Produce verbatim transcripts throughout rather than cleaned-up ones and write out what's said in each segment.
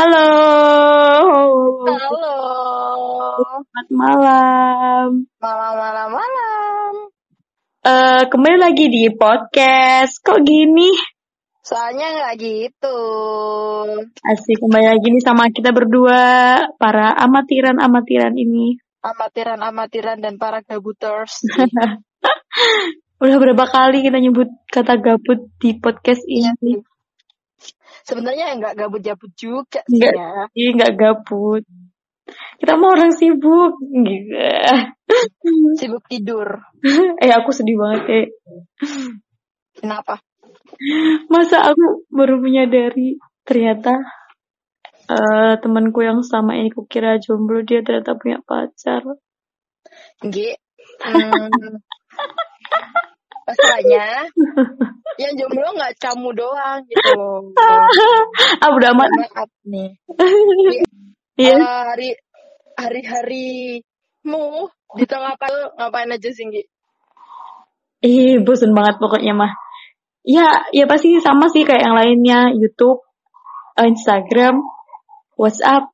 Halo. Halo. Selamat malam. Malam, malam, malam. Uh, kembali lagi di podcast. Kok gini? Soalnya nggak gitu. Asik, kembali lagi nih sama kita berdua, para amatiran-amatiran ini. Amatiran-amatiran dan para gabuters. Udah berapa kali kita nyebut kata gabut di podcast ini? Iya. Sebenarnya nggak gabut-gabut juga sih Nggak, ya. Iya, nggak gabut. Kita mau orang sibuk, gitu. Sibuk tidur. eh aku sedih banget ya. Kenapa? Masa aku baru menyadari ternyata uh, temanku yang selama ini kukira jomblo dia ternyata punya pacar. G. Hmm. Masalahnya yang jomblo nggak kamu doang gitu loh. Ah, udah amat. Maaf nih. Iya. Uh, hari hari-harimu di tengah apa ngapain aja sih, Gi? Ih, bosan banget pokoknya mah. Ya, ya pasti sama sih kayak yang lainnya, YouTube, Instagram, WhatsApp,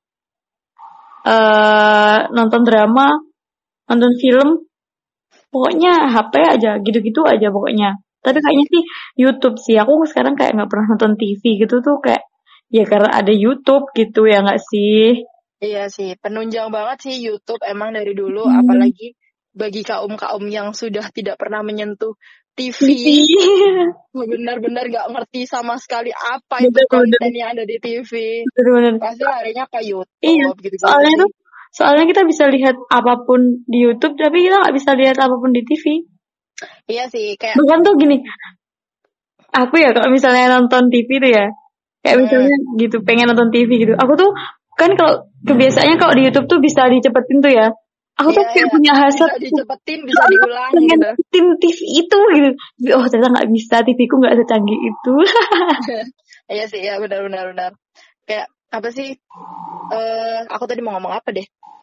uh, nonton drama, nonton film. Pokoknya H P aja, gitu-gitu aja pokoknya. Tapi kayaknya sih YouTube sih. Aku sekarang kayak nggak pernah nonton T V gitu tuh kayak ya karena ada YouTube gitu ya nggak sih? Iya sih, penunjang banget sih YouTube emang dari dulu, hmm. apalagi bagi kaum-kaum yang sudah tidak pernah menyentuh T V, benar-benar nggak ngerti sama sekali apa itu konten yang ada di T V. Bener-bener. Pasti larinya ke YouTube. Iya, gitu-gitu soalnya sih. tuh, soalnya kita bisa lihat apapun di YouTube, tapi kita nggak bisa lihat apapun di T V. Iya sih, kayak. Bukan tuh gini, aku ya kalau misalnya nonton T V tuh ya, kayak hmm. misalnya gitu pengen nonton T V gitu, aku tuh kan kalau kebiasaannya kalau di YouTube tuh bisa dicepetin tuh ya. Aku tuh iya, kayak iya. punya hasrat bisa dicepetin, bisa diulang pengen gitu. Tim T V itu gitu. Oh ternyata nggak bisa, T V ku nggak secanggih itu. Iya sih, ya benar-benar benar. Kayak apa sih? Uh, aku tadi mau ngomong apa deh?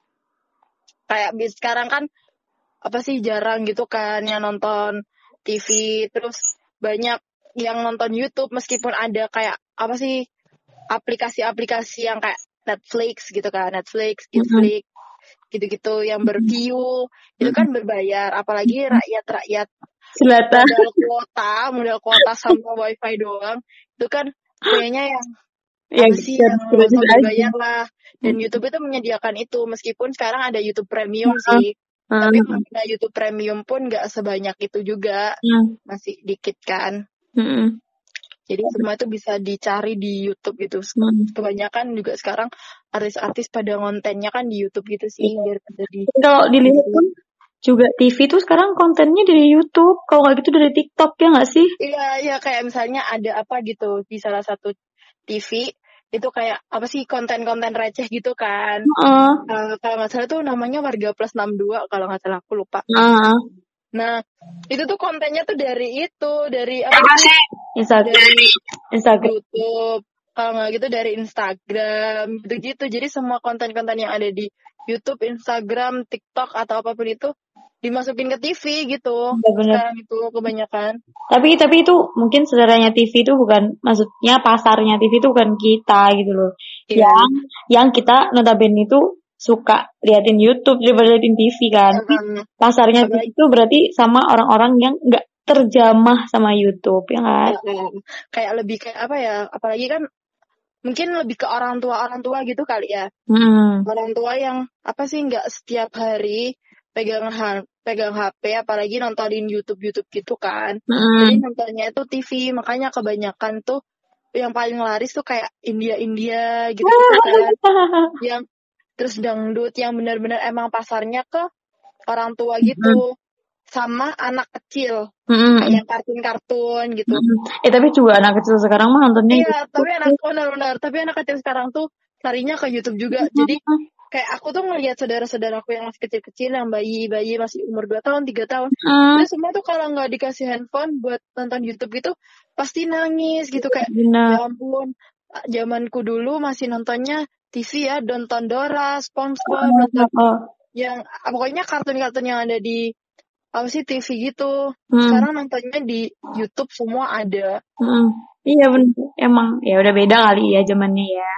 Kayak sekarang kan apa sih jarang gitu kan yang nonton T V, terus banyak yang nonton YouTube meskipun ada kayak apa sih aplikasi-aplikasi yang kayak Netflix gitu kan, Netflix, Netflix, mm-hmm. gitu-gitu yang berview, mm-hmm. itu kan berbayar, apalagi rakyat-rakyat Selatan. modal kuota, modal kuota sama wifi doang, itu kan kayaknya yang ya, apa sih yang nonton berbayar lah, dan YouTube itu menyediakan itu, meskipun sekarang ada YouTube Premium uh-huh. sih, uh-huh. tapi pengguna YouTube Premium pun nggak sebanyak itu juga, uh-huh. masih dikit kan. Uh-huh. Jadi semua itu bisa dicari di YouTube gitu. Hmm. Kebanyakan juga sekarang artis-artis pada kontennya kan di YouTube gitu sih. Biar di. Kalau dilihat pun juga T V tuh sekarang kontennya dari YouTube. Kalau nggak gitu dari TikTok ya nggak sih? Iya, iya kayak misalnya ada apa gitu di salah satu T V itu kayak apa sih konten-konten receh gitu kan. Uh. Uh, kalau nggak salah tuh namanya Warga Plus enam puluh dua kalau nggak salah aku lupa. Uh. Nah, itu tuh kontennya tuh dari itu, dari apa sih? Instagram. Dari Instagram. YouTube. Kalau nggak gitu dari Instagram, gitu-gitu. Jadi semua konten-konten yang ada di YouTube, Instagram, TikTok, atau apapun itu dimasukin ke T V gitu. Ya, sekarang itu kebanyakan. Tapi tapi itu mungkin saudaranya T V itu bukan, maksudnya pasarnya T V itu bukan kita gitu loh. Yeah. Yang yang kita notabene itu suka liatin YouTube daripada liatin T V kan. Uh-huh. Pasarnya T V itu berarti sama orang-orang yang nggak terjamah sama YouTube ya kan. Uh-huh. Kayak lebih kayak apa ya? Apalagi kan mungkin lebih ke orang tua orang tua gitu kali ya. Hmm. Orang tua yang apa sih nggak setiap hari pegang ha- pegang H P, apalagi nontonin YouTube YouTube gitu kan. Hmm. Jadi nontonnya itu T V, makanya kebanyakan tuh yang paling laris tuh kayak India India gitu kan. Yang terus dangdut yang benar-benar emang pasarnya ke orang tua gitu, mm-hmm. sama anak kecil, mm-hmm. kayak kartun-kartun gitu. Mm-hmm. Eh tapi juga anak kecil sekarang mah nontonnya. Iya, YouTube. tapi anak benar-benar, tapi anak kecil sekarang tuh carinya ke YouTube juga. Mm-hmm. Jadi kayak aku tuh ngelihat saudara-saudaraku yang masih kecil-kecil, yang bayi-bayi masih umur dua tahun, tiga tahun, mm-hmm. terus semua tuh kalau nggak dikasih handphone buat nonton YouTube gitu, pasti nangis gitu kayak, Benar. Ya ampun, zamanku dulu masih nontonnya T V ya, nonton Dora, SpongeBob, nonton oh. yang pokoknya kartun-kartun yang ada di apa sih T V gitu. Hmm. Sekarang nontonnya di YouTube semua ada. Hmm. Iya benar, emang ya udah beda kali ya zamannya ya.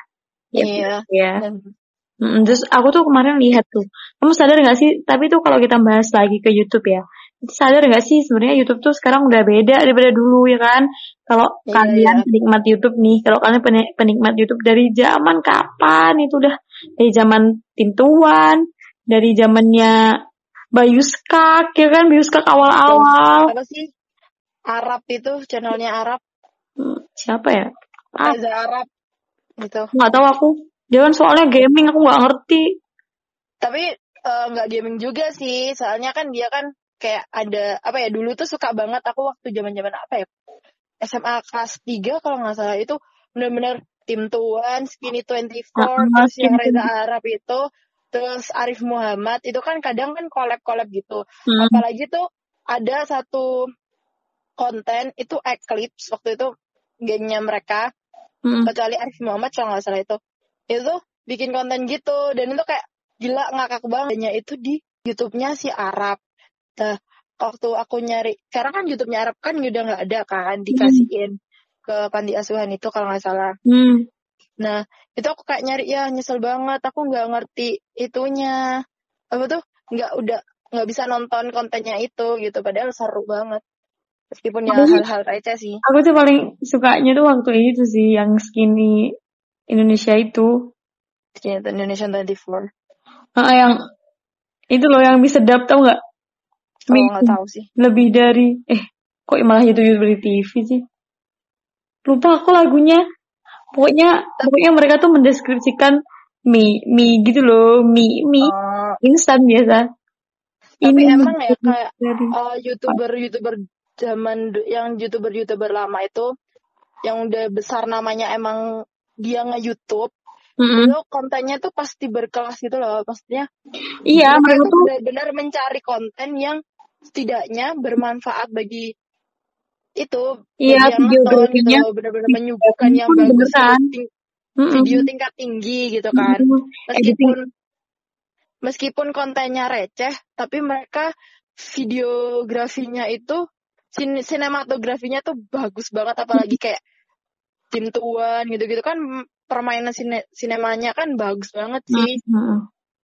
Ya, Iya. ya. Mm, terus aku tuh kemarin lihat tuh, kamu sadar nggak sih? Tapi tuh kalau kita bahas lagi ke YouTube ya, sadar nggak sih sebenarnya YouTube tuh sekarang udah beda daripada dulu ya kan? Kalau Iya, kalian iya. penikmat YouTube nih, kalau kalian pen- penikmat YouTube dari zaman kapan itu udah dari zaman Tim Tuan, dari zamannya Bayu Skak ya kan, Bayu Skak awal-awal. Apa sih? Arab itu channelnya Arab. Hmm, siapa ya? Ah, Reza Arab gitu. nggak tahu aku. Jangan soalnya gaming aku nggak ngerti. Tapi nggak uh, gaming juga sih, soalnya kan dia kan kayak ada apa ya, dulu tuh suka banget aku waktu zaman-zaman apa ya, S M A kelas tiga kalau nggak salah, itu benar-benar Tim Tuan, Skinny dua puluh empat, Nah, terus Skinny yang Reza Arab itu, terus Arif Muhammad itu kan kadang kan collab-collab gitu. Hmm. Apalagi tuh ada satu konten itu Eclipse waktu itu gengnya mereka, hmm. kecuali Arif Muhammad kalau nggak salah itu, itu bikin konten gitu, dan itu kayak gila ngakak bangetnya itu di YouTube-nya si Arab. Nah, waktu aku nyari, sekarang kan YouTube-nya Arab kan udah nggak ada kan, dikasihin hmm. ke panti asuhan itu kalau nggak salah. Hmm. Nah, itu aku kayak nyari, ya nyesel banget, aku nggak ngerti itunya, apa tuh, nggak udah nggak bisa nonton kontennya itu gitu, padahal seru banget. Meskipun ya aku, hal-hal receh sih. Aku tuh paling sukanya tuh waktu itu sih, yang Skinny Indonesia itu. Skinny Indonesian dua puluh empat. Ah, yang itu loh yang bisa dap, tau nggak? Oh, nggak tahu sih. Lebih dari eh kok malah itu YouTube T V sih? Lupa aku lagunya. Pokoknya pokoknya mereka tuh mendeskripsikan mie mie gitu loh, mie mie uh, instan biasa. Tapi ini emang ya kayak uh, youtuber youtuber zaman yang youtuber youtuber lama itu yang udah besar namanya, emang dia nge-YouTube. Mm-hmm. Itu kontennya tuh pasti berkelas gitu loh, maksudnya. Iya, mereka tuh benar-benar mencari konten yang setidaknya bermanfaat bagi itu, iya, bagi yang nonton gitu loh, benar-benar menyuguhkan yang bagus, kan? ting- mm-hmm. video tingkat tinggi gitu kan. Mm-hmm. Meskipun meskipun kontennya receh, tapi mereka videografinya itu, sin- sinematografinya tuh bagus banget, apalagi kayak Tim Tuan gitu-gitu kan, permainan sine- sinemanya kan bagus banget sih. Mm-hmm.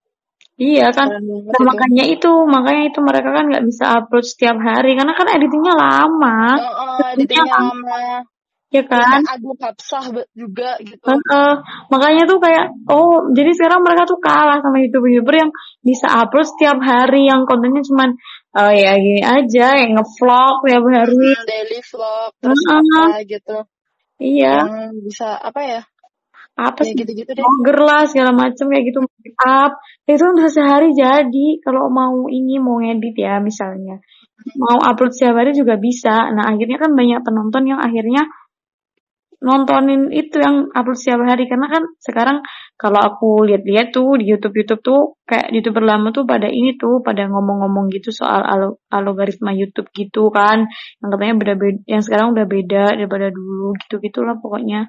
Iya kan, nah, makanya itu, makanya itu mereka kan nggak bisa upload setiap hari karena kan editingnya lama. Oh, oh editingnya lama. Ya kan? Aduh, Hapsah juga gitu. Uh, uh, makanya tuh kayak, oh jadi sekarang mereka tuh kalah sama youtuber-youtuber yang bisa upload setiap hari, yang kontennya cuman oh ya gini aja, yang nge-vlog tiap hari. Hmm, daily vlog, terus uh, apa gitu. Iya. Yang bisa apa ya? Apa ya, sih? Gitu-gitu deh. Vlogger lah segala macam kayak gitu, make up. Itu udah sehari jadi. Kalau mau ini mau ngedit ya misalnya, mau upload setiap hari juga bisa. Nah akhirnya kan banyak penonton yang akhirnya nontonin itu yang upload setiap hari, karena kan sekarang kalau aku lihat-lihat tuh di YouTube-YouTube tuh kayak YouTuber lama tuh pada ini tuh pada ngomong-ngomong gitu soal alo- algoritma YouTube gitu kan, yang katanya beda-beda, yang sekarang udah beda daripada dulu gitu-gitulah pokoknya.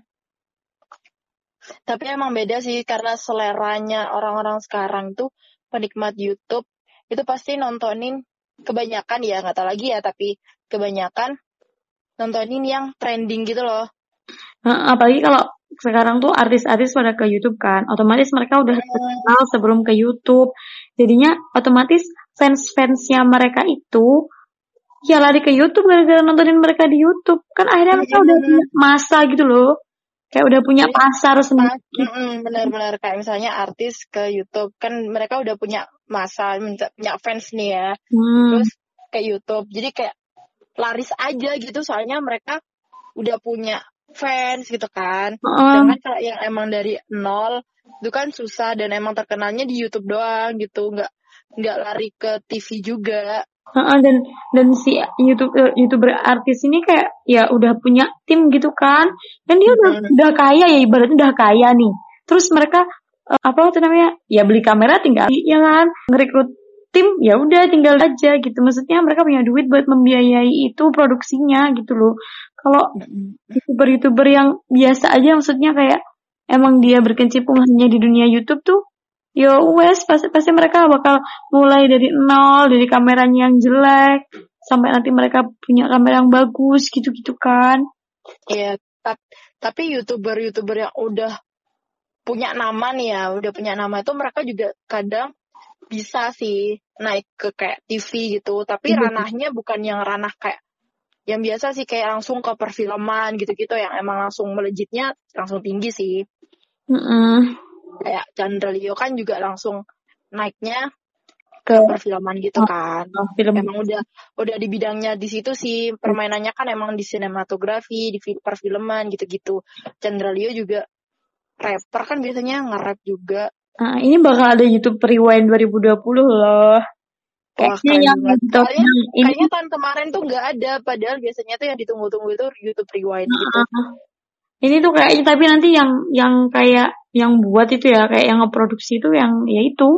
Tapi emang beda sih, karena seleranya orang-orang sekarang tuh penikmat YouTube itu pasti nontonin kebanyakan ya, nggak tahu lagi ya, tapi kebanyakan nontonin yang trending gitu loh. Nah, apalagi kalau sekarang tuh artis-artis pada ke YouTube kan, otomatis mereka udah terkenal hmm. sebelum ke YouTube. Jadinya otomatis fans-fansnya mereka itu ya lari ke YouTube gara-gara nontonin mereka di YouTube. Kan akhirnya mereka hmm. udah punya masa gitu loh. Kayak udah punya jadi, pasar sendiri. Benar-benar kayak misalnya artis ke YouTube, kan mereka udah punya masa, punya fans nih ya. Hmm. Terus ke YouTube. Jadi kayak laris aja gitu, soalnya mereka udah punya fans gitu kan. Uh. Sedangkan kalau yang emang dari nol itu kan susah, dan emang terkenalnya di YouTube doang gitu, nggak nggak lari ke T V juga. Uh, dan dan si YouTube YouTuber artis ini kayak ya udah punya tim gitu kan, dan dia udah hmm. udah kaya ya, ibaratnya udah kaya nih. Terus mereka uh, apa tuh namanya ya beli kamera tinggal ya kan, ngerekrut tim ya udah tinggal aja gitu. Maksudnya mereka punya duit buat membiayai itu produksinya gitu loh. Kalau YouTuber-YouTuber yang biasa aja, maksudnya kayak emang dia berkecimpung hanya di dunia YouTube tuh, ya wes pasti pasti mereka bakal mulai dari nol, dari kameranya yang jelek sampai nanti mereka punya kamera yang bagus gitu-gitu kan. Iya, tapi YouTuber-YouTuber yang udah punya nama nih ya, udah punya nama itu mereka juga kadang bisa sih naik ke kayak T V gitu, tapi Iya. ranahnya bukan yang ranah kayak yang biasa sih, kayak langsung ke perfilman gitu-gitu yang emang langsung melejitnya langsung tinggi sih. Mm-mm. Kayak Chandra Leo kan juga langsung naiknya Ke ke perfilman gitu oh, kan. oh, film. Emang udah udah di bidangnya di situ sih, permainannya kan emang di sinematografi, di fi- perfilman gitu-gitu. Chandra Leo juga rapper kan, biasanya nge-rap juga. Nah, ini bakal ada YouTube Rewind dua ribu dua puluh loh. Wah, Kayaknya keren yang banget. YouTube Soalnya yang ini kayaknya tahun kemarin tuh nggak ada, padahal biasanya tuh yang ditunggu-tunggu itu YouTube Rewind gitu. uh, ini tuh kayaknya, tapi nanti yang yang kayak yang buat itu ya, kayak yang ngeproduksi itu yang ya itu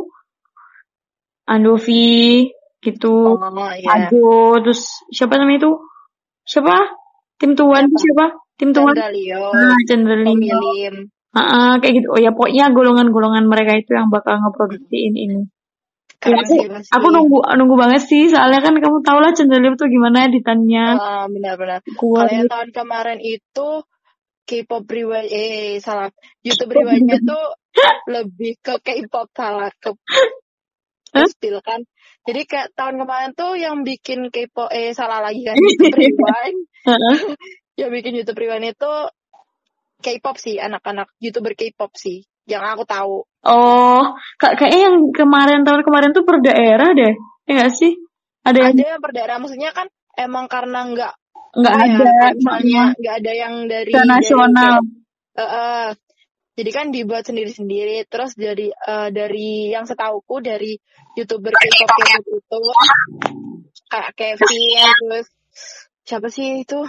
Andovi gitu, Oh, iya. Ado, terus siapa namanya itu? Siapa? Tim Tuan itu Siapa? siapa? Tim Tuan? Chandra Leo, Nah, Chandra Tommy Leo. Lim. Heeh, kayak gitu. Oh ya, pokoknya golongan-golongan mereka itu yang bakal ngeproduksiin ini. Ya, Keren aku, sih pasti. aku nunggu nunggu banget sih, soalnya kan kamu tau lah Chandra Leo tuh gimana editannya. Uh, benar-benar. Kuat Kalau yang gitu. tahun kemarin itu K-pop Rewind, eh salah, YouTube Rewind-nya tuh lebih ke K-pop, salah, ke Hah? spill kan. Jadi kayak tahun kemarin tuh yang bikin K-pop, eh salah lagi kan, YouTube Rewind. Heeh. Yang bikin YouTube Rewind itu K-pop sih, anak-anak YouTuber K-pop sih, yang aku tahu. Oh, kak kayaknya yang kemarin tahun kemarin tuh per daerah deh, ya nggak sih? Ada yang Ada yang per daerah, maksudnya kan emang karena nggak nggak apa ya, ada kayak misalnya uh, nggak ada yang dari ke dari nasional. kayak eh, eh, jadi kan dibuat sendiri-sendiri, terus dari eh, dari yang setauku dari YouTuber K-pop K-pop itu kayak Kevin, terus siapa sih itu,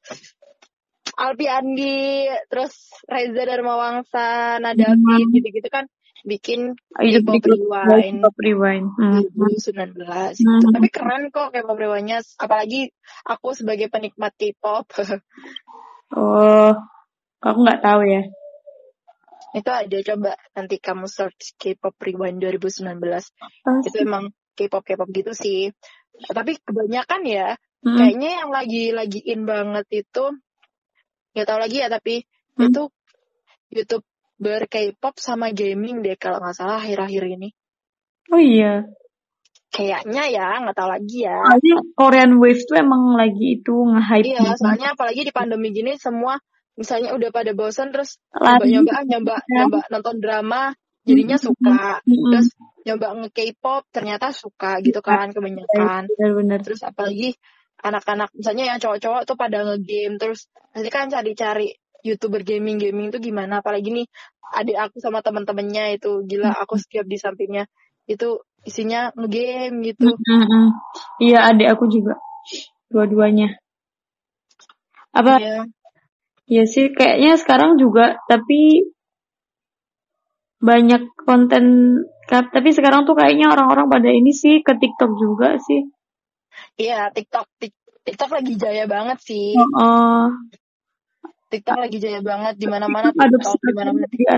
Alpi Andi, terus Reza Dharmawangsa, Nadavin, Hmm. gitu-gitu kan bikin Itu K-pop Rewind K-pop Rewind. Hmm. dua ribu sembilan belas gitu. Hmm. Tapi keren kok K-pop Rewind-nya, apalagi aku sebagai penikmat K-pop. Oh, aku nggak tahu ya. Itu ada, coba nanti kamu search K-pop Rewind dua ribu sembilan belas. Oh, Itu emang K-pop K-pop gitu sih. Tapi kebanyakan ya, hmm. kayaknya yang lagi lagi in banget itu, nggak tahu lagi ya, tapi Hmm. itu YouTuber K-pop sama gaming deh kalau nggak salah akhir-akhir ini. Oh iya. Kayaknya ya, nggak tahu lagi ya. Soalnya Korean Wave tuh emang lagi itu nge-hype. Iya, gitu. soalnya apalagi di pandemi gini semua misalnya udah pada bosan, terus Lari. nyoba-nyoba ah, nyoba Ya. nyoba nonton drama jadinya Hmm. suka. Hmm. Terus nyoba nge-K-pop ternyata suka gitu kan kebanyakan. Benar-benar. Terus apalagi anak-anak misalnya yang cowok-cowok tuh pada nge-game, terus nanti kan cari-cari YouTuber gaming-gaming itu gimana, apalagi nih adik aku sama teman-temannya itu gila, aku setiap di sampingnya itu isinya nge-game gitu. Hmm. Iya, adik aku juga. Dua-duanya. Apa? Iya. Ya sih, kayaknya sekarang juga, tapi banyak konten, tapi sekarang tuh kayaknya orang-orang pada ini sih ke TikTok juga sih. Iya, TikTok, TikTok lagi jaya banget sih. Oh, TikTok lagi jaya banget, di mana-mana TikTok, di mana-mana TikTok.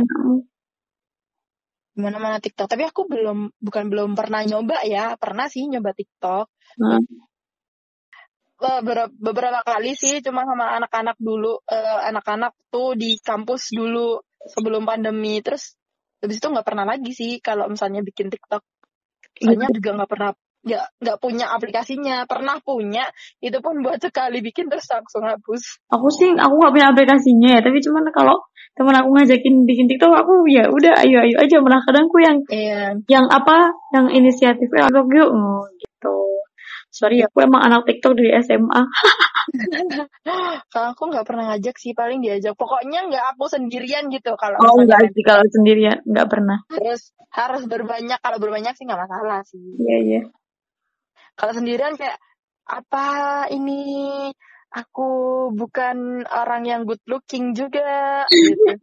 Di mana-mana TikTok. Tapi aku belum bukan belum pernah nyoba ya, pernah sih nyoba TikTok. Hmm. Beberapa, beberapa kali sih, cuma sama anak-anak dulu, uh, anak-anak tuh di kampus dulu sebelum pandemi. Terus habis itu nggak pernah lagi sih kalau misalnya bikin TikTok. Soalnya juga nggak pernah, nggak nggak punya aplikasinya. Pernah punya, itu pun buat sekali bikin terus langsung hapus. Aku sih aku nggak punya aplikasinya ya, tapi cuman kalau teman aku ngajakin bikin TikTok, aku ya udah ayo ayo aja. Malah kadang aku yang Iya. yang apa yang inisiatifnya untuk yuk oh, gitu. Sorry, aku emang anak TikTok dari S M A. Kalau aku nggak pernah ngajak sih, paling diajak. Pokoknya nggak aku sendirian gitu kalau Oh misalnya. enggak sih, kalau sendirian nggak pernah. Terus harus berbanyak, kalau berbanyak sih nggak masalah sih. Iya iya. Kalau sendirian kayak apa ini, aku bukan orang yang good looking juga gitu.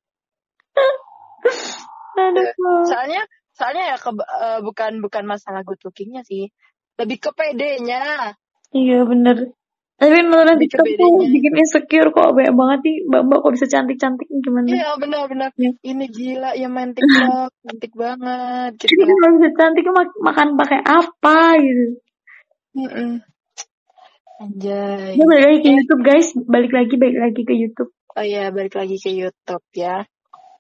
soalnya soalnya ya ke, uh, bukan bukan masalah good lookingnya sih, lebih ke pedenya. Iya bener. Tapi menurut TikTok tuh bikin insecure kok, banyak banget nih mbak-mbak kok bisa cantik-cantik gimana? Iya benar-benar. Ya. Ini gila ya main TikTok, cantik banget gitu. Jadi kalau bisa cantik mak- makan pakai apa gitu? Mm-mm. Anjay. Nah, balik lagi ke YouTube guys, balik lagi balik lagi ke YouTube. Oh iya, balik lagi ke YouTube ya.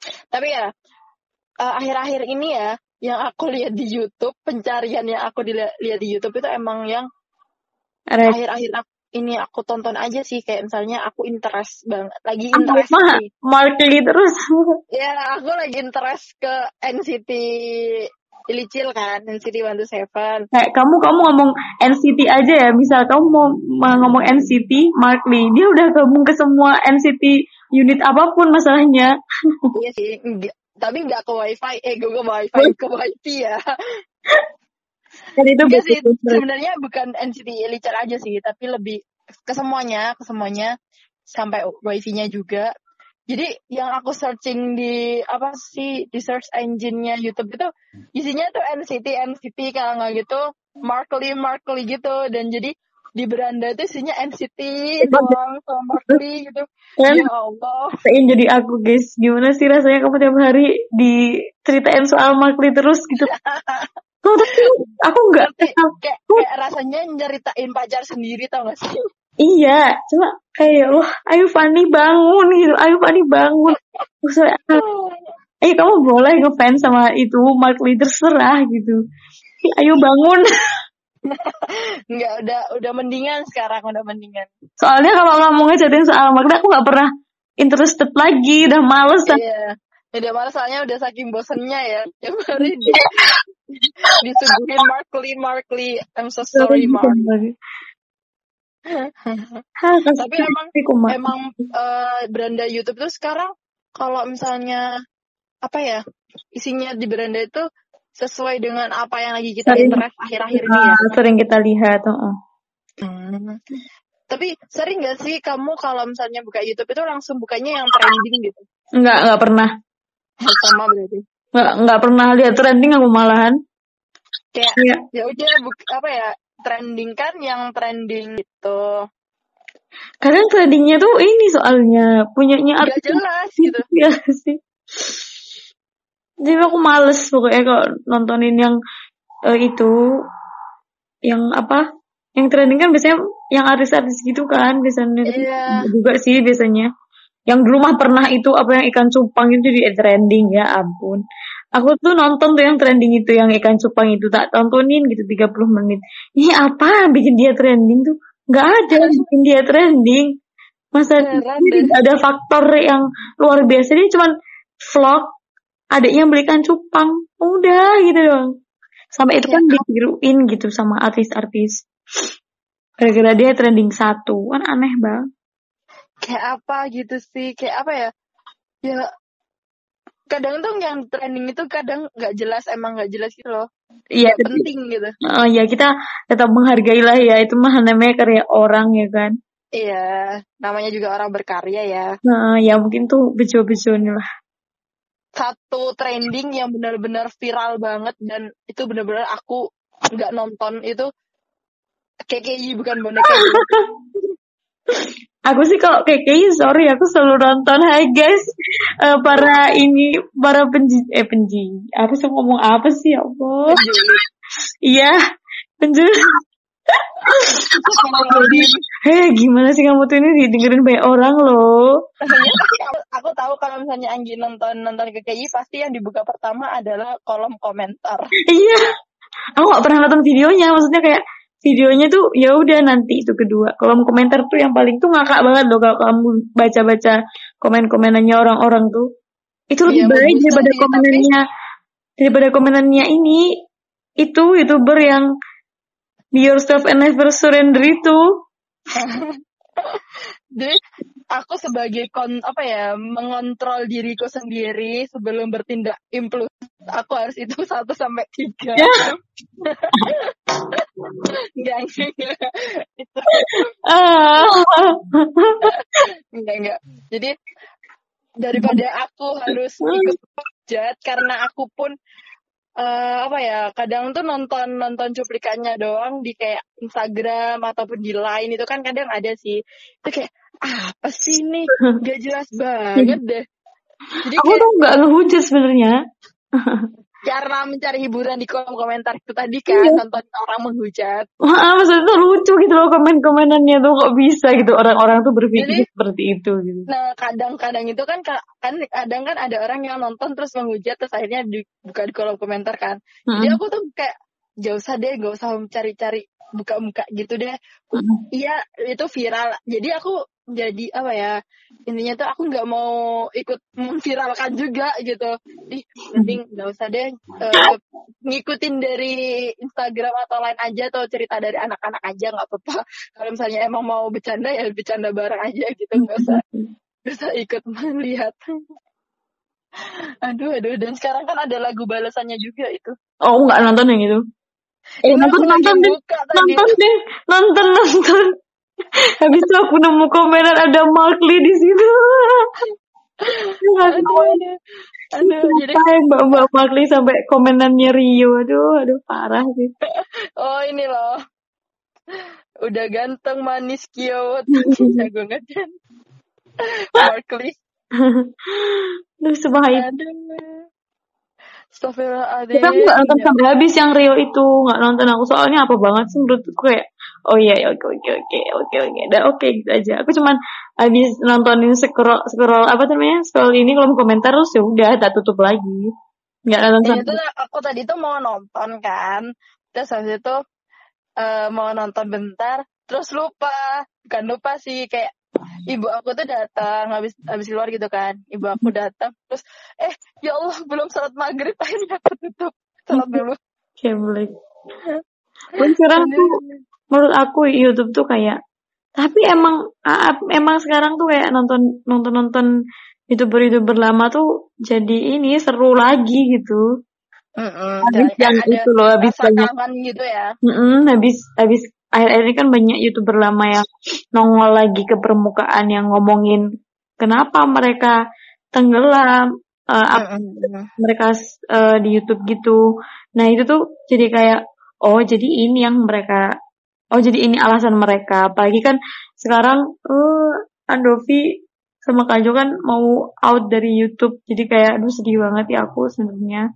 Tapi ya uh, akhir-akhir ini ya yang aku lihat di YouTube, pencarian yang aku lihat di YouTube itu emang yang Red. akhir-akhir ini aku tonton aja sih, kayak misalnya aku interest banget, lagi interest ah, sih. Markly terus. Ya, aku lagi interest ke N C T Ilicil kan, N C T one two seven. Kayak kamu kamu ngomong N C T aja ya, misal kamu mau, mau ngomong N C T, Markly, dia udah gabung ke semua N C T unit apapun masalahnya. Iya sih, enggak, tapi nggak ke wifi, eh gue ke wifi, ke wifi ya. Dan itu sih, sebenarnya bukan N C T Ilicil aja sih, tapi lebih ke semuanya, ke semuanya sampai wifi-nya juga. Jadi yang aku searching di apa sih di search engine-nya YouTube itu isinya tuh N C T N C T, kalau nggak gitu Markly Markly gitu, dan jadi di beranda itu isinya N C T doang sama Markly gitu. Dan ya Allah. Pengen jadi aku guys, gimana sih rasanya kamu tiap hari diceritain soal Markly terus gitu? Oh, tapi aku nggak kayak, kayak rasanya nyeritain pacar sendiri, tau gak sih? Iya, cuma kayak wah, ayo Fanny bangun gitu, ayo Fanny bangun. Maksudnya, ayo kamu boleh ngefans sama itu Markly terserah gitu. Ayo bangun. Enggak, udah udah mendingan sekarang, udah mendingan. Soalnya kalau kamu ngechatin soal Markly, aku nggak pernah interested lagi, udah males. Iya, udah males soalnya udah saking bosennya ya. Yang hari di disuguhin Markly Markly, I'm so sorry Mark. Tapi emang emang uh, beranda YouTube tuh sekarang kalau misalnya apa ya isinya di beranda itu sesuai dengan apa yang lagi kita sering, interest akhir-akhir ini ya. Sering kita lihat. Uh-uh. Hmm. Tapi sering gak sih kamu kalau misalnya buka YouTube itu langsung bukanya yang trending gitu? Enggak, enggak pernah. Sama berarti. Enggak, enggak pernah lihat trending aku malahan. Kayak ya, ya udah buk- apa ya? Trending kan yang trending gitu. Kadang trendingnya tuh ini soalnya punyanya artis. Gak jelas gitu. Ya sih. Jadi aku males pokoknya kalau nontonin yang uh, itu, yang apa? Yang trending kan biasanya yang artis-artis gitu kan biasanya. Iya. Juga sih biasanya. Yang dulu mah pernah itu apa yang ikan cupang itu jadi trending, ya ampun. Aku tuh nonton tuh yang trending itu, yang ikan cupang itu, tak tontonin gitu tiga puluh menit. Ini apa bikin dia trending tuh? Gak ada yang bikin dia trending. Masa ada faktor yang luar biasa, dia cuman vlog adiknya beli ikan cupang. Udah gitu dong. Sampai itu ya, kan ditiruin gitu sama artis-artis. Gara-gara dia trending satu. Kan aneh banget. Kayak apa gitu sih, kayak apa ya, ya kadang tuh yang trending itu kadang nggak jelas, emang nggak jelas gitu loh. Iya, penting gitu. Oh ya, kita tetap menghargai lah ya, itu mah namanya karya orang ya kan. Iya, namanya juga orang berkarya ya. Nah ya mungkin tuh bejo-bejonya lah. Satu trending yang benar-benar viral banget dan itu benar-benar aku nggak nonton itu K K I, bukan boneka. Aku sih kalau K K I, sorry, aku selalu nonton. Hai guys, uh, para ini, para penji, eh penji, apa sih ngomong apa sih, ya Allah? Iya, penjuri. Hei, gimana sih kamu tuh ini didengerin banyak orang loh. Aku tahu kalau misalnya Anggi nonton nonton K K I, pasti yang dibuka pertama adalah kolom komentar. Iya, aku nggak pernah nonton videonya, maksudnya kayak videonya tuh ya udah nanti itu kedua. Kolom komentar tuh yang paling tuh ngakak banget loh kalau kamu baca-baca komen-komenannya orang-orang tuh. Itu lebih ya, baik daripada sih, komenannya tapi... daripada komenannya ini itu YouTuber yang Be Yourself and Never Surrender itu. Jadi aku sebagai kon apa ya mengontrol diriku sendiri sebelum bertindak impulsif, aku harus itu satu sampai tiga. Enggak, enggak. Itu. enggak, enggak. Jadi daripada aku harus ikut hujat karena aku pun uh, apa ya kadang tuh nonton nonton cuplikannya doang di kayak Instagram ataupun di Line, itu kan kadang ada sih. Itu kayak apa sih ini? Gak jelas banget deh. Jadi aku kayak, tuh nggak ngehujat sebenarnya. Karena mencari hiburan di kolom komentar itu tadi kan, iya. Nonton orang menghujat. Wah, maksudnya tuh lucu gitu loh komen-komenannya tuh, kok bisa gitu orang-orang tuh berpikir jadi, seperti itu gitu. Nah, kadang-kadang itu kan kan kadang kan ada orang yang nonton terus menghujat terus akhirnya dibuka di kolom komentar kan. Mm-hmm. Jadi aku tuh kayak jauh usah deh, gak usah mencari-cari buka-buka gitu deh. Mm-hmm. Iya, itu viral. Jadi aku jadi apa ya, intinya tuh aku nggak mau ikut memviralkan juga gitu. Ih, mending nggak usah deh uh, ngikutin dari Instagram atau lain aja, atau cerita dari anak-anak aja nggak apa-apa. Kalau misalnya emang mau bercanda ya bercanda bareng aja gitu, nggak usah nggak usah ikut melihat. Aduh aduh, dan sekarang kan ada lagu balasannya juga itu. Oh, nggak nonton yang itu? Eh, nonton nonton deh, nonton deh, nonton nonton. Habis itu aku nemu komenan ada Mark Lee di situ. Aduh, aduh, aduh jadi Mbak-mbak Mark Lee sampai komenannya Rio. Aduh, aduh parah sih. Oh, ini loh. Udah ganteng, manis, cute. Jago ngeden. Mark Lee. Aduh, sebahaya. Astagfirullahaladzim. Tapi aku gak nonton sampai habis yang Rio itu, gak nonton aku, soalnya apa banget sih menurutku, kayak oh iya oke oke oke oke oke udah oke gitu aja. Aku cuman habis nontonin scroll scroll apa namanya scroll ini kolom komentar terus ya udah tak tutup lagi, nggak nonton. Itu aku tadi tuh mau nonton kan, terus habis itu uh, mau nonton bentar terus lupa, bukan lupa sih, kayak ibu aku tuh datang habis habis keluar gitu kan, ibu aku datang terus eh ya Allah belum salat maghrib, akhirnya aku tutup salat dulu. Keblek. Pun sekarang tuh menurut aku YouTube tuh kayak, tapi emang emang sekarang tuh kayak nonton nonton nonton youtuber-youtuber lama tuh jadi ini seru lagi gitu. Mm-mm, habis yang itu loh, habis banyak gitu ya. Mm-mm, habis habis akhir-akhir ini kan banyak YouTuber lama yang nongol lagi ke permukaan yang ngomongin kenapa mereka tenggelam, uh, apa mm-hmm. mereka uh, di YouTube gitu. Nah itu tuh jadi kayak oh jadi ini yang mereka, oh jadi ini alasan mereka. Apalagi kan sekarang uh, Andovi sama Kajo kan mau out dari YouTube, jadi kayak aduh sedih banget ya aku sebenarnya.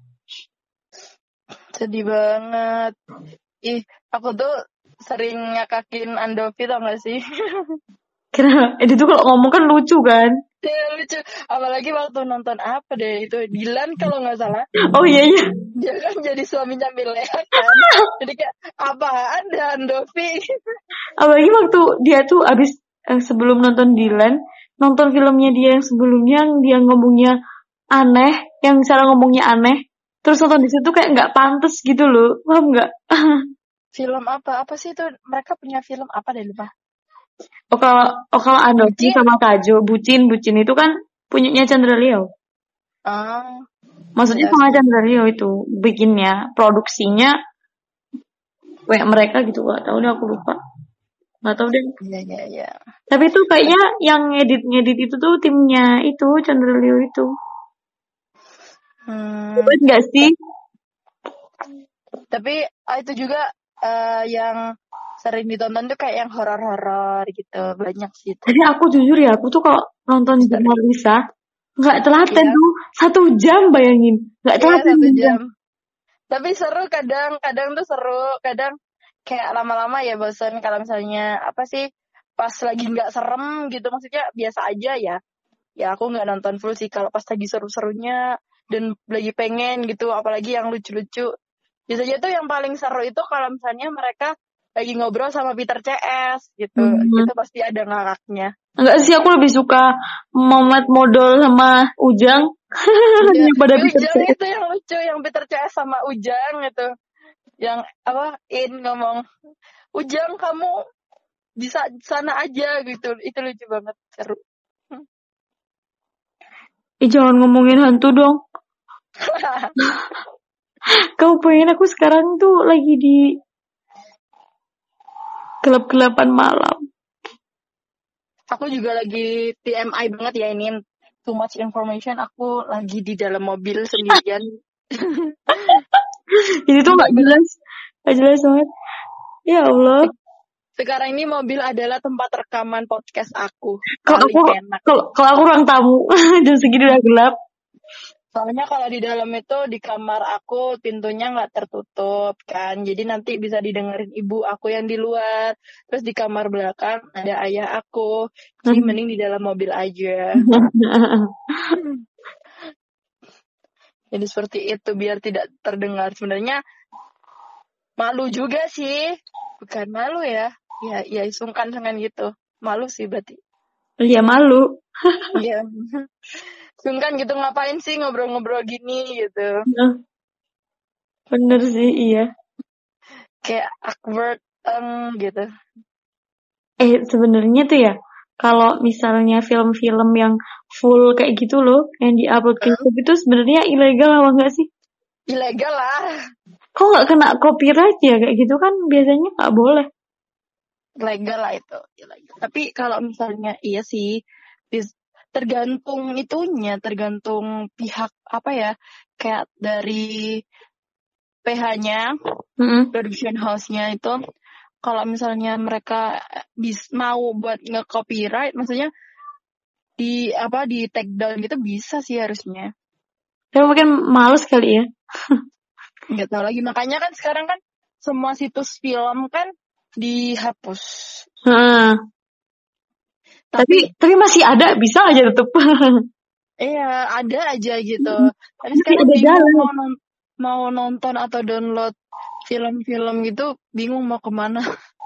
Sedih banget. Ih, aku tuh sering ngakakin Andovi tau gak sih? Kenapa? Eh, itu kalau ngomong kan lucu kan? Iya lucu. Apalagi waktu nonton apa deh itu, Dilan kalau gak salah. Oh iya iya. Dia kan jadi suaminya Milea kan. Jadi kayak apaan dah Andovi. Apalagi waktu dia tuh abis eh, sebelum nonton Dilan, nonton filmnya dia yang sebelumnya yang dia ngomongnya aneh, yang cara ngomongnya aneh. Terus nonton di situ kayak nggak pantas gitu loh, paham nggak? Film apa? Apa sih itu? Mereka punya film apa deh lupa? Oh kalau oh kalau Andovi sama Kajo, Bucin Bucin itu kan punyanya Chandra Leo. Ah. Maksudnya sama Chandra Leo itu bikinnya, produksinya kayak mereka gitu, nggak tahu deh aku lupa. Nggak tahu deh. Iya iya iya. Tapi tuh kayaknya yang ngedit-ngedit itu tuh timnya itu Chandra Leo itu. Hmm. Betul nggak sih? Tapi itu juga uh, yang sering ditonton tuh kayak yang horor-horor gitu, banyak sih. Jadi aku jujur ya, aku tuh kalau nonton Jurnal Lisa nggak telaten yeah. tuh satu jam, bayangin nggak telaten yeah, satu jam. Tapi seru kadang, kadang tuh seru, kadang kayak lama-lama ya bosan kalau misalnya apa sih pas lagi nggak serem gitu, maksudnya biasa aja ya. Ya aku nggak nonton full sih kalau pas lagi seru-serunya dan lagi pengen gitu, apalagi yang lucu-lucu. Biasanya tuh yang paling seru itu kalau misalnya mereka lagi ngobrol sama Peter C S gitu, hmm. itu pasti ada ngakaknya. Enggak sih, aku lebih suka Mamat Modol sama Ujang. Ya, pada Ujang itu yang lucu, yang Peter C S sama Ujang itu, yang apa in ngomong Ujang kamu bisa sana aja gitu, itu lucu banget, seru. Hmm. Eh jangan ngomongin hantu dong. Kamu pengen aku sekarang tuh lagi di gelap-gelapan malam. Aku juga lagi T M I banget ya ini, too much information. Aku lagi di dalam mobil sendirian. Ini tuh nggak jelas, nggak jelas banget. Ya Allah. Sekarang ini mobil adalah tempat rekaman podcast aku. Kalau aku, kalau kalau aku ruang tamu, jam segini udah gelap. Soalnya kalau di dalam itu di kamar aku pintunya nggak tertutup kan, jadi nanti bisa didengerin ibu aku yang di luar. Terus di kamar belakang ada ayah aku, jadi mending di dalam mobil aja. Jadi seperti itu biar tidak terdengar. Sebenarnya malu juga sih, bukan malu ya, ya ya sungkan-sungkan gitu, malu sih berarti. Iya malu. Iya. Sungkan gitu, ngapain sih ngobrol-ngobrol gini gitu. Nah, bener sih, iya. Kayak awkward um, gitu. Eh sebenarnya tuh ya, kalau misalnya film-film yang full kayak gitu loh, yang di-upload ke YouTube itu sebenarnya ilegal apa enggak sih? Ilegal lah. Kok nggak kena copyright ya kayak gitu kan biasanya nggak boleh. Legal lah itu. Ilegal. Tapi kalau misalnya iya sih, tergantung itunya, tergantung pihak apa ya, kayak dari P H-nya, mm-hmm. production house-nya itu, kalau misalnya mereka bis, mau buat nge-copyright, maksudnya di apa di take down gitu bisa sih harusnya. Tapi mungkin males kali ya. Nggak tahu lagi, makanya kan sekarang kan semua situs film kan dihapus. Hmm. Tapi tapi masih ada, bisa aja tetep. Iya, ada aja gitu. Tapi sekarang bingung mau, non- mau nonton atau download film-film gitu, bingung mau kemana.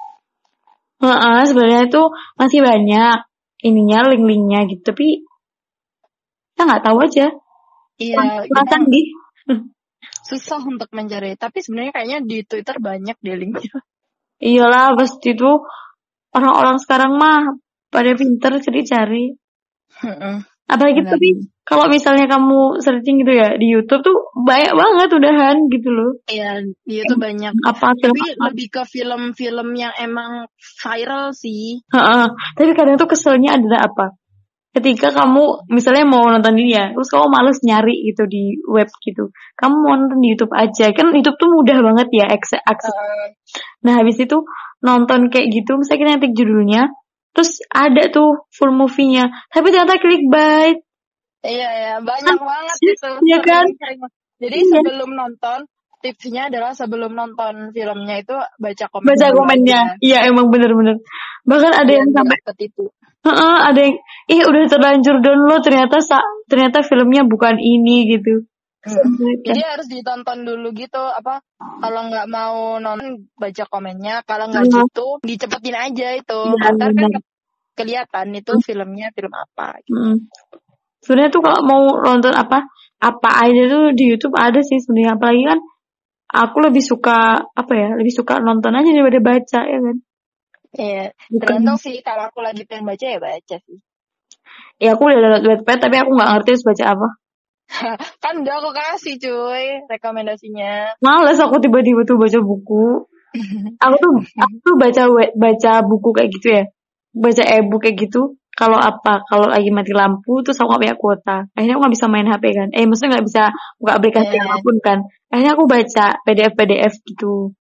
Heeh, sebenarnya itu masih banyak ininya, link-linknya gitu. Tapi kita nggak tahu aja. Iya, kita di susah untuk mencari. Tapi sebenarnya kayaknya di Twitter banyak deh linknya. Iyalah, pasti itu orang-orang sekarang mah pada pinter cari-cari. Apalagi tapi kalau misalnya kamu searching gitu ya di YouTube tuh banyak banget udahan gitu loh. Iya, di YouTube banyak. Apa film tapi apa? Lebih ke film-film yang emang viral sih. Heeh. Tapi kadang tuh keselnya adalah apa? Ketika kamu misalnya mau nonton ini ya, terus kamu males nyari gitu di web gitu. Kamu mau nonton di YouTube aja. Kan YouTube tuh mudah banget ya akses. Uh. Nah, habis itu nonton kayak gitu, misalnya kita ngetik judulnya, terus ada tuh full movie-nya. Tapi ternyata clickbait. Iya, ya, banyak ah, banget itu. Iya kan? Jadi iya. Sebelum nonton, tipsnya adalah sebelum nonton filmnya itu baca komen. Baca komennya. Iya, emang bener-bener. Bahkan ada yang sampai ketipu. Heeh, ada yang ih udah terlanjur download ternyata sa- ternyata filmnya bukan ini gitu. Hmm. Jadi harus ditonton dulu gitu apa kalau nggak mau nonton baca komennya, kalau nggak hmm. gitu dicepetin aja itu. Ya, ntar kan ke- kelihatan itu hmm. filmnya film apa gitu. Hmm. Sebenarnya tuh kalau mau nonton apa apa aja tuh di YouTube ada sih sebenarnya, apalagi kan aku lebih suka apa ya, lebih suka nonton aja daripada baca ya kan. Iya, tergantung sih, kalau aku lagi pengen baca ya baca sih. Ya aku udah download Wattpad tapi aku nggak ngerti harus baca apa. Kan udah aku kasih cuy rekomendasinya. Males aku tiba-tiba tuh baca buku. aku tuh aku tuh baca baca buku kayak gitu ya, baca e-book kayak gitu. Kalau apa, kalau lagi mati lampu terus aku nggak punya kuota, akhirnya aku nggak bisa main H P kan. Eh maksudnya nggak bisa buka aplikasi yeah. apapun kan. Akhirnya aku baca P D F P D F gitu.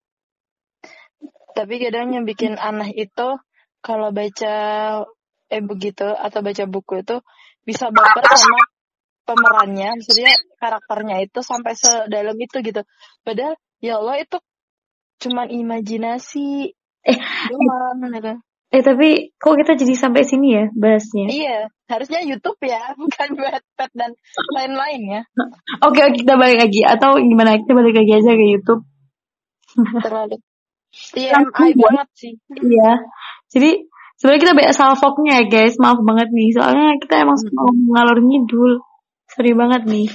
Tapi kadang yang bikin aneh itu kalau baca e-book gitu atau baca buku itu bisa baper sama pemerannya, maksudnya karakternya itu sampai sedalam itu gitu. Padahal ya Allah itu cuman imajinasi. Eh, doang gitu. Eh tapi kok kita jadi sampai sini ya bahasnya? Iya, harusnya YouTube ya, bukan Wattpad dan lain-lain ya. Oke, oke kita balik lagi atau gimana? Kita balik lagi aja ke YouTube. Terlalu T M I banget sih. Iya. Jadi sebenarnya kita banyak salfoknya ya guys. Maaf banget nih. Soalnya kita emang hmm. mau ngalor ngidul. Sorry banget nih.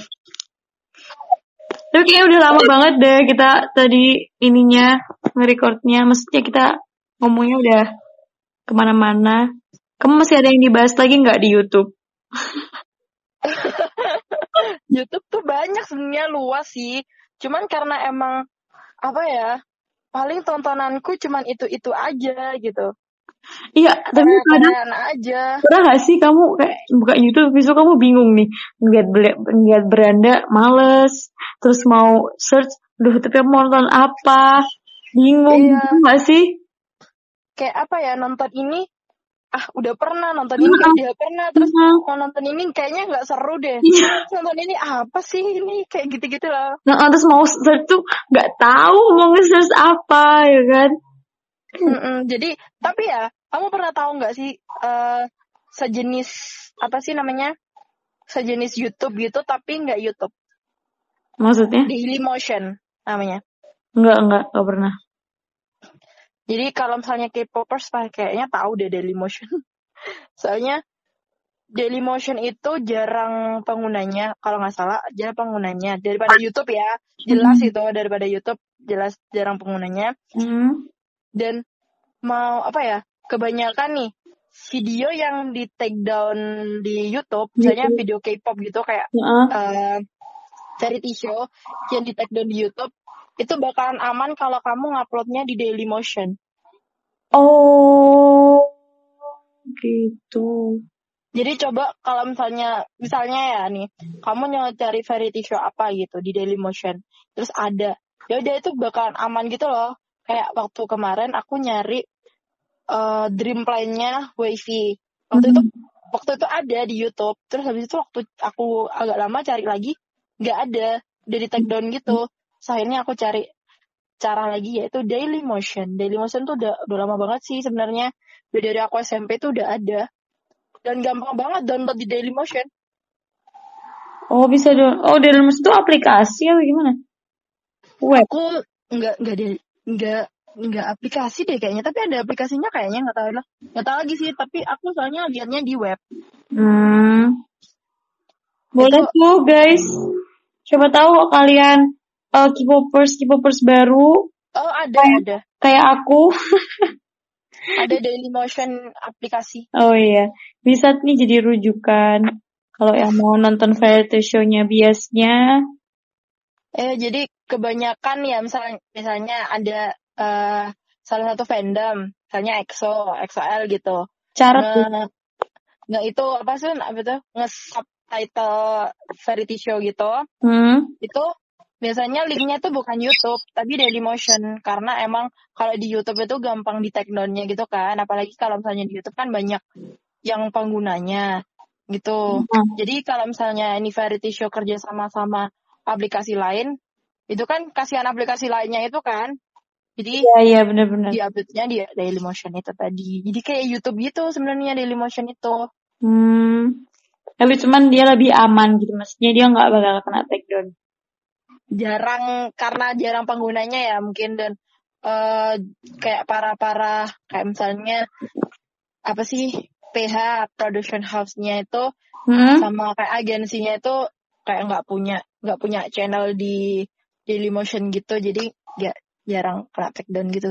Tapi kayaknya udah lama banget deh kita tadi ininya nge-recordnya. Maksudnya kita ngomongnya udah kemana-mana. Kamu masih ada yang dibahas lagi nggak di YouTube? YouTube tuh banyak sebenarnya, luas sih. Cuman karena emang apa ya? Paling tontonanku cuman itu-itu aja gitu. Iya, tapi kadang aja. Pernah gak sih kamu kayak buka YouTube, besok kamu bingung nih, ngeliat, ngeliat beranda, males, terus mau search, duh tapi mau nonton apa, bingung, iya. Gitu gak sih? Kayak apa ya, nonton ini, ah udah pernah nonton ini, uh, udah pernah, terus uh, mau nonton ini kayaknya nggak seru deh. Yeah. Nonton ini apa sih ini, kayak gitu-gitu lah. Nah, terus mau search tuh nggak tahu mau nge-search apa ya kan. Mm-mm. Jadi tapi ya kamu pernah tahu nggak sih uh, sejenis apa sih namanya, sejenis YouTube gitu tapi nggak YouTube? Maksudnya? Dailymotion namanya. Enggak, enggak, enggak pernah. Jadi kalau misalnya K-popers kayaknya tahu deh Dailymotion. Soalnya Dailymotion itu jarang penggunanya, kalau nggak salah jarang penggunanya daripada YouTube ya. Jelas mm-hmm. itu daripada YouTube jelas jarang penggunanya. Mm-hmm. Dan mau apa ya? Kebanyakan nih video yang di take down di YouTube, misalnya mm-hmm. video K-pop gitu kayak uh-huh. uh, charity show yang di take down di YouTube, itu bakalan aman kalau kamu nguploadnya di Dailymotion. Oh, gitu. Jadi coba kalau misalnya, misalnya ya nih, kamu mau cari variety show apa gitu di Dailymotion, terus ada, ya udah itu bakalan aman gitu loh. Kayak waktu kemarin aku nyari uh, Dream Plan-nya Wavy. Waktu mm-hmm. itu, waktu itu ada di YouTube. Terus habis itu waktu aku agak lama cari lagi, nggak ada, udah di take down gitu. So, akhirnya aku cari cara lagi yaitu Dailymotion. Dailymotion tuh udah udah lama banget sih sebenarnya. Udah dari aku S M P tuh udah ada. Dan gampang banget download di Dailymotion. Oh, bisa download. Oh, Dailymotion itu aplikasi atau gimana? Web. Aku enggak enggak ada enggak enggak aplikasi deh kayaknya, tapi ada aplikasinya kayaknya, enggak tahu lah. Enggak tahu lagi sih, tapi aku soalnya lihatnya di web. Hmm. Boleh itu, tuh, guys. Siapa tahu kalian Uh, K-popers, K-popers baru. Oh, ada, kayak, ada. Kayak aku. Ada Dailymotion aplikasi. Oh iya. Bisa nih jadi rujukan. Kalau yang mau nonton variety show-nya biasnya. Eh, jadi kebanyakan ya, misalnya, misalnya ada uh, salah satu fandom. Misalnya EXO, E X O L gitu. Cara Nge, tuh. Nge itu apa sih, apa tuh? Nge-subtitle variety show gitu. Hmm. Itu biasanya linknya tuh bukan YouTube, tapi Dailymotion. Karena emang kalau di YouTube itu gampang di take down-nya gitu kan. Apalagi kalau misalnya di YouTube kan banyak yang penggunanya gitu. Hmm. Jadi kalau misalnya ini variety show kerja sama-sama aplikasi lain, itu kan kasihan aplikasi lainnya itu kan. Jadi iya, iya, benar-benar. di update-nya di Dailymotion itu tadi. Jadi kayak YouTube gitu sebenarnya Dailymotion itu. Hmm. Tapi cuman dia lebih aman gitu. Maksudnya dia nggak bakal kena take down. Jarang, karena jarang penggunanya ya mungkin, dan uh, kayak para-para kayak misalnya apa sih P H production house-nya itu hmm? sama kayak agensinya itu kayak nggak punya nggak punya channel di Dailymotion gitu, jadi ya jarang kena take down gitu.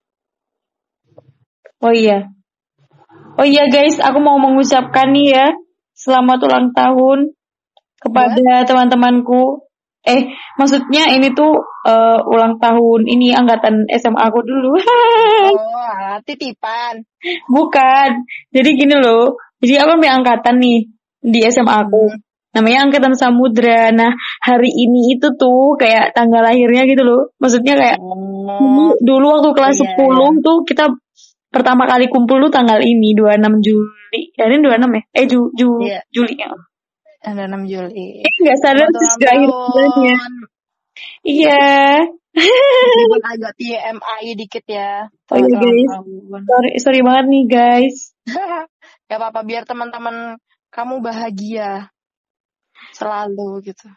Oh iya, oh iya guys, aku mau mengucapkan nih ya selamat ulang tahun kepada What? teman-temanku. Eh, maksudnya ini tuh uh, ulang tahun ini angkatan S M A aku dulu. Oh, titipan. Bukan. Jadi gini loh. Jadi aku ambil angkatan nih di S M A aku. Hmm. Namanya angkatan Samudra. Nah, hari ini itu tuh kayak tanggal lahirnya gitu loh. Maksudnya kayak oh. dulu waktu kelas yeah. sepuluh tuh kita pertama kali kumpul tuh tanggal ini dua puluh enam Juli. Ya, ini dua puluh enam ya? Eh, Ju, Ju, yeah. Juli ya. dua puluh enam Juli. Eh, gak sadar terus gak akhir bulannya. Iya. Meskipun agak T M I dikit ya. Oh iya guys. Sorry, sorry banget nih guys. Gak apa-apa, biar teman-teman kamu bahagia selalu gitu.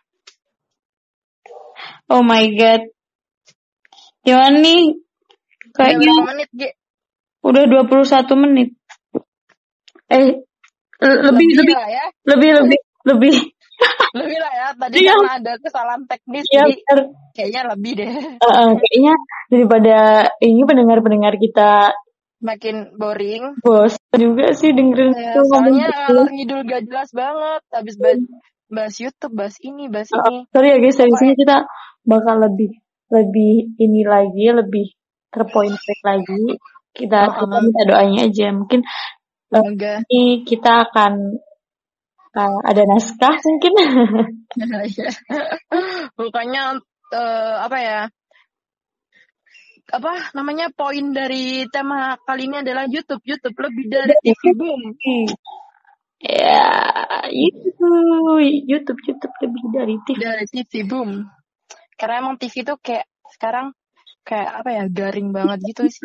Oh my god. Gimana nih? Kayaknya udah berapa menit, G? Udah dua puluh satu menit. Eh, lebih lebih lebih lah ya. lebih lebih lebih lebih lah ya, tadi ya. Karena ada kesalahan teknis ya, jadi bener. Kayaknya lebih deh. Uh, kayaknya daripada ini pendengar-pendengar kita makin boring. Bos juga sih dengerin ya, itu. Soalnya kalau ngidul gak jelas banget, habis bahas, bahas YouTube, bahas ini, bahas uh, ini. Sorry ya guys, seriusnya kita bakal lebih lebih ini lagi, lebih terpointed lagi. Kita uh-huh. kita minta doanya aja, mungkin uh, ini kita akan Uh, ada naskah mungkin. Bukannya uh, apa ya, apa namanya poin dari tema kali ini adalah YouTube. YouTube lebih dari T V, boom. Ya, itu YouTube YouTube lebih dari T V. Dari T V, boom. Karena emang T V tuh kayak sekarang kayak apa ya, garing banget gitu sih.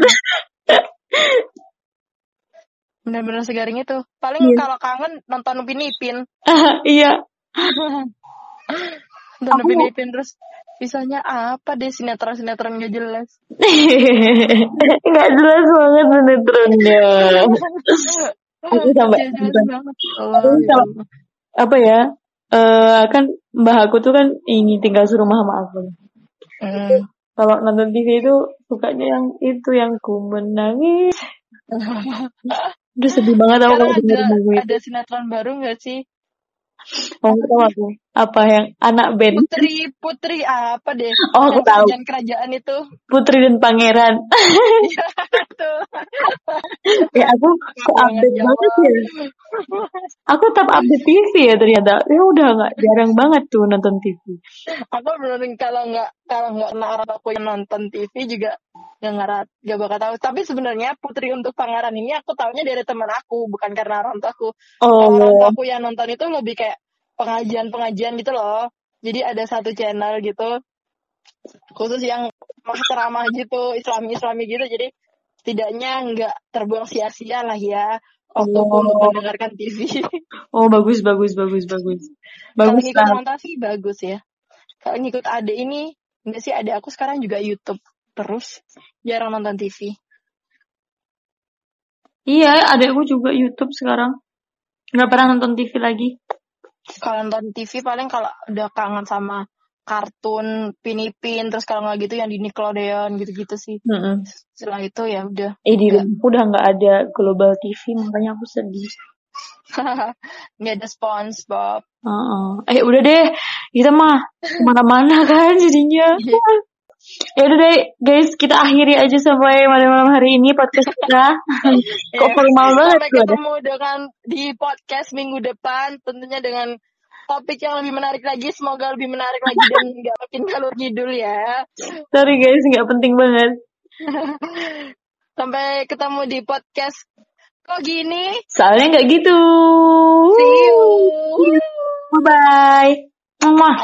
Bener-bener segaring itu. Paling yeah. Kalau kangen nonton Upin Ipin. Iya. Nonton Upin Ipin terus bisanya apa deh, sinetron-sinetron gak jelas. Gak jelas banget sinetronnya. Aku sampai aku sama, apa ya? Uh, kan mbah aku tuh kan ini tinggal serumah sama aku. Hmm. Kalau nonton T V itu sukanya yang itu yang ku menangis. Udah sedih banget aku kalau dengerin lagu itu. Ada sinetron baru nggak sih? Oh, tahu aku. Apa yang anak band? Putri, Putri apa deh? Oh, aku tahu. Kerajaan itu. Putri dan Pangeran. Tuh. Ya aku update banget ya. Aku tetap update T V ya ternyata. Ya udah nggak jarang banget tuh nonton T V. Aku beneran kalau nggak kalau nggak kena orang aku yang nonton T V juga nggak ngarat, nggak bakal tahu. Tapi sebenarnya Putri untuk Pangeran ini aku taunya dari teman aku, bukan karena orang tuaku. Oh. Orang tuaku yang nonton itu lebih kayak pengajian-pengajian gitu loh. Jadi ada satu channel gitu khusus yang ceramah gitu, Islami-Islami gitu. Jadi setidaknya nggak terbuang sia-sia lah ya waktu oh. untuk mendengarkan T V. Oh bagus bagus bagus bagus. Kalau ngikut nonton sih bagus ya. Kalau ngikut adek ini enggak sih, adek aku sekarang juga YouTube terus, jarang nonton T V. Iya, adekku juga YouTube sekarang. Nggak pernah nonton T V lagi. Kalau nonton T V paling kalau udah kangen sama kartun Pinipin, terus kalau nggak gitu yang di Nickelodeon gitu-gitu sih. Mm-hmm. Setelah itu ya udah. Eh di rumahku udah nggak ada Global T V, makanya aku sedih. Nggak ada SpongeBob. Uh-uh. Eh udah deh, kita mah kemana-mana kan jadinya. Ya udah deh guys, kita akhiri aja sampai malam-malam hari ini podcast kita. Kok formal banget. Sampai ketemu ada. Dengan di podcast minggu depan, tentunya dengan topik yang lebih menarik lagi, semoga lebih menarik lagi dan nggak makin galur ngidul ya. Sorry guys, nggak penting banget. Sampai ketemu di podcast kok gini? Soalnya nggak gitu. See you. Bye bye.